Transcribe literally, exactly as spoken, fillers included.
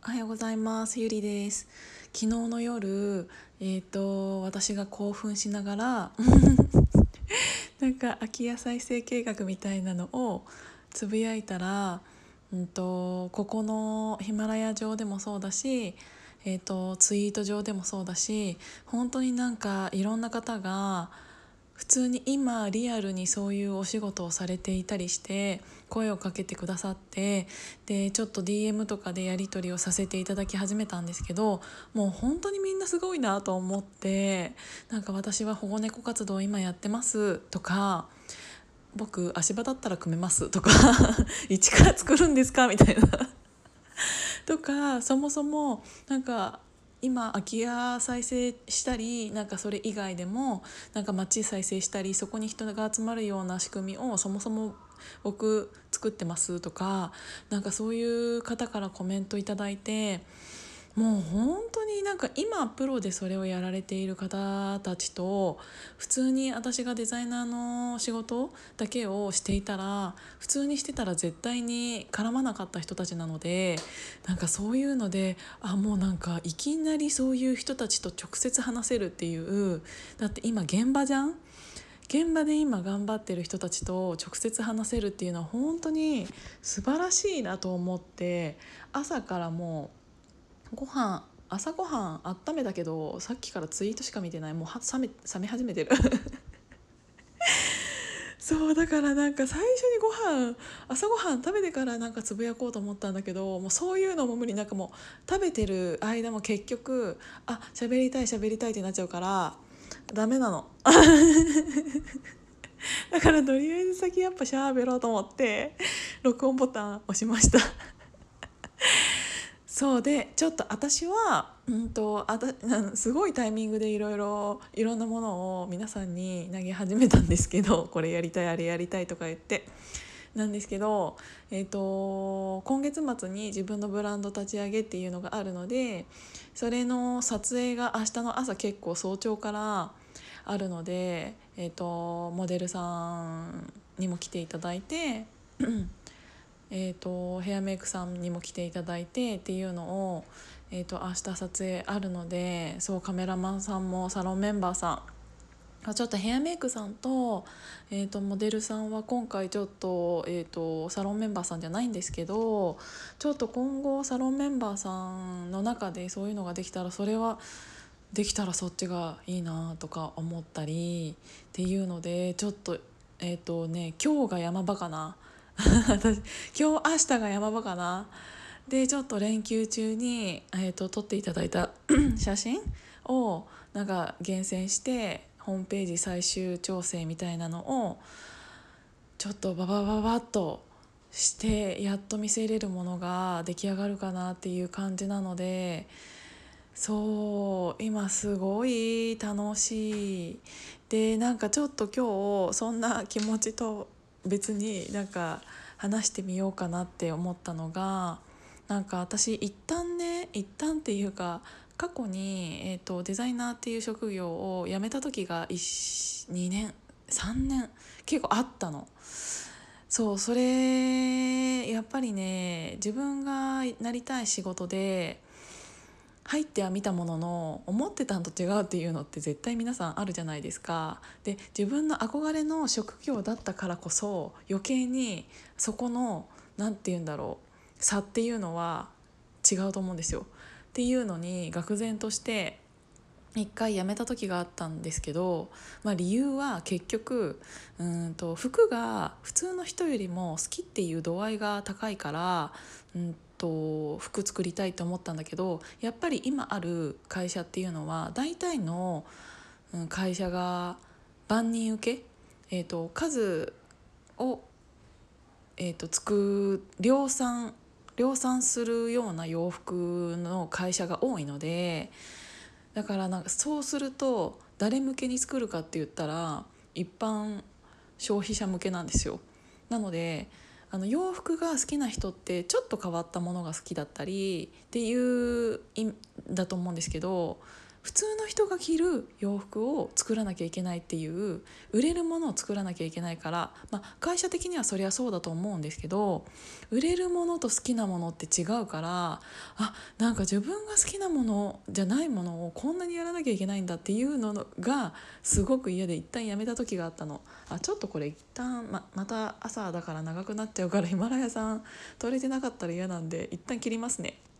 おはようございます。ゆりです。昨日の夜、えーと、私が興奮しながらなんか空き家再生計画みたいなのをつぶやいたら、うんと、ここのヒマラヤ上でもそうだし、えーと、ツイート上でもそうだし、本当になんかいろんな方が普通に今リアルにそういうお仕事をされていたりして声をかけてくださって、でちょっと ディーエム とかでやり取りをさせていただき始めたんですけど、もう本当にみんなすごいなと思って、なんか私は保護猫活動を今やってますとか、僕足場だったら組めますとか一から作るんですかみたいなとか、そもそもなんか今空き家再生したり、なんかそれ以外でもなんか街再生したり、そこに人が集まるような仕組みをそもそも僕作ってますとか、なんかそういう方からコメントいただいて、もう本当になんか今プロでそれをやられている方たちと、普通に私がデザイナーの仕事だけをしていたら、普通にしてたら絶対に絡まなかった人たちなので、なんかそういうので、あもうなんかいきなりそういう人たちと直接話せるっていう、だって今現場じゃん。現場で今頑張ってる人たちと直接話せるっていうのは本当に素晴らしいなと思って、朝からもうご飯朝ごはん温めたけど、さっきからツイートしか見てない。もうは冷め冷め始めてるそうだからなんか最初にご飯朝ごはん食べてからなんかつぶやこうと思ったんだけど、もうそういうのも無理。なんかもう食べてる間も結局あ喋りたい喋りたいってなっちゃうからダメなのだからとりあえず先やっぱシャーベろうと思って録音ボタン押しましたそうで、ちょっと私は、うんと、あたすごいタイミングでいろいろいろんなものを皆さんに投げ始めたんですけど、これやりたいあれやりたいとか言ってなんですけど、えーと、今月末に自分のブランド立ち上げっていうのがあるので、それの撮影が明日の朝結構早朝からあるので、えーと、モデルさんにも来ていただいてえーと、ヘアメイクさんにも来ていただいてっていうのを、えーと、明日撮影あるので、そうカメラマンさんもサロンメンバーさん、ちょっとヘアメイクさんと、えーと、モデルさんは今回ちょっと、えーと、サロンメンバーさんじゃないんですけど、ちょっと今後サロンメンバーさんの中でそういうのができたら、それはできたらそっちがいいなとか思ったりっていうので、ちょっとえっ、とね今日が山場かな私今日明日が山場かな。でちょっと連休中に、えー、と撮っていただいた写真をなんか厳選してホームページ最終調整みたいなのをちょっとババババッとしてやっと見せれるものが出来上がるかなっていう感じなので、そう今すごい楽しい。でなんかちょっと今日そんな気持ちと別になんか話してみようかなって思ったのが、なんか私一旦ね一旦っていうか過去に、えーと、デザイナーっていう職業を辞めた時がにねんさんねん結構あったの。そうそれやっぱりね、自分がなりたい仕事で入っては見たものの思ってたんと違うっていうのって絶対皆さんあるじゃないですか。で自分の憧れの職業だったからこそ余計にそこの何て言うんだろう差っていうのは違うと思うんですよ。っていうのに愕然として一回辞めた時があったんですけど、まあ、理由は結局うんと服が普通の人よりも好きっていう度合いが高いから、うんと服作りたいと思ったんだけど、やっぱり今ある会社っていうのは大体のうん会社が万人受け、えー、と数を、えー、と作量産量産するような洋服の会社が多いので、だからなんかそうすると誰向けに作るかって言ったら一般消費者向けなんですよ。なのであの洋服が好きな人ってちょっと変わったものが好きだったりっていう意味だと思うんですけど、 普通の人が着る洋服を作らなきゃいけないっていう売れるものを作らなきゃいけないから、まあ、会社的にはそりゃそうだと思うんですけど、売れるものと好きなものって違うから、あ、なんか自分が好きなものじゃないものをこんなにやらなきゃいけないんだっていうのがすごく嫌で一旦やめた時があったの。あ、ちょっとこれ一旦 ま, また朝だから長くなっちゃうからヒマラヤさん撮れてなかったら嫌なんで一旦切りますね。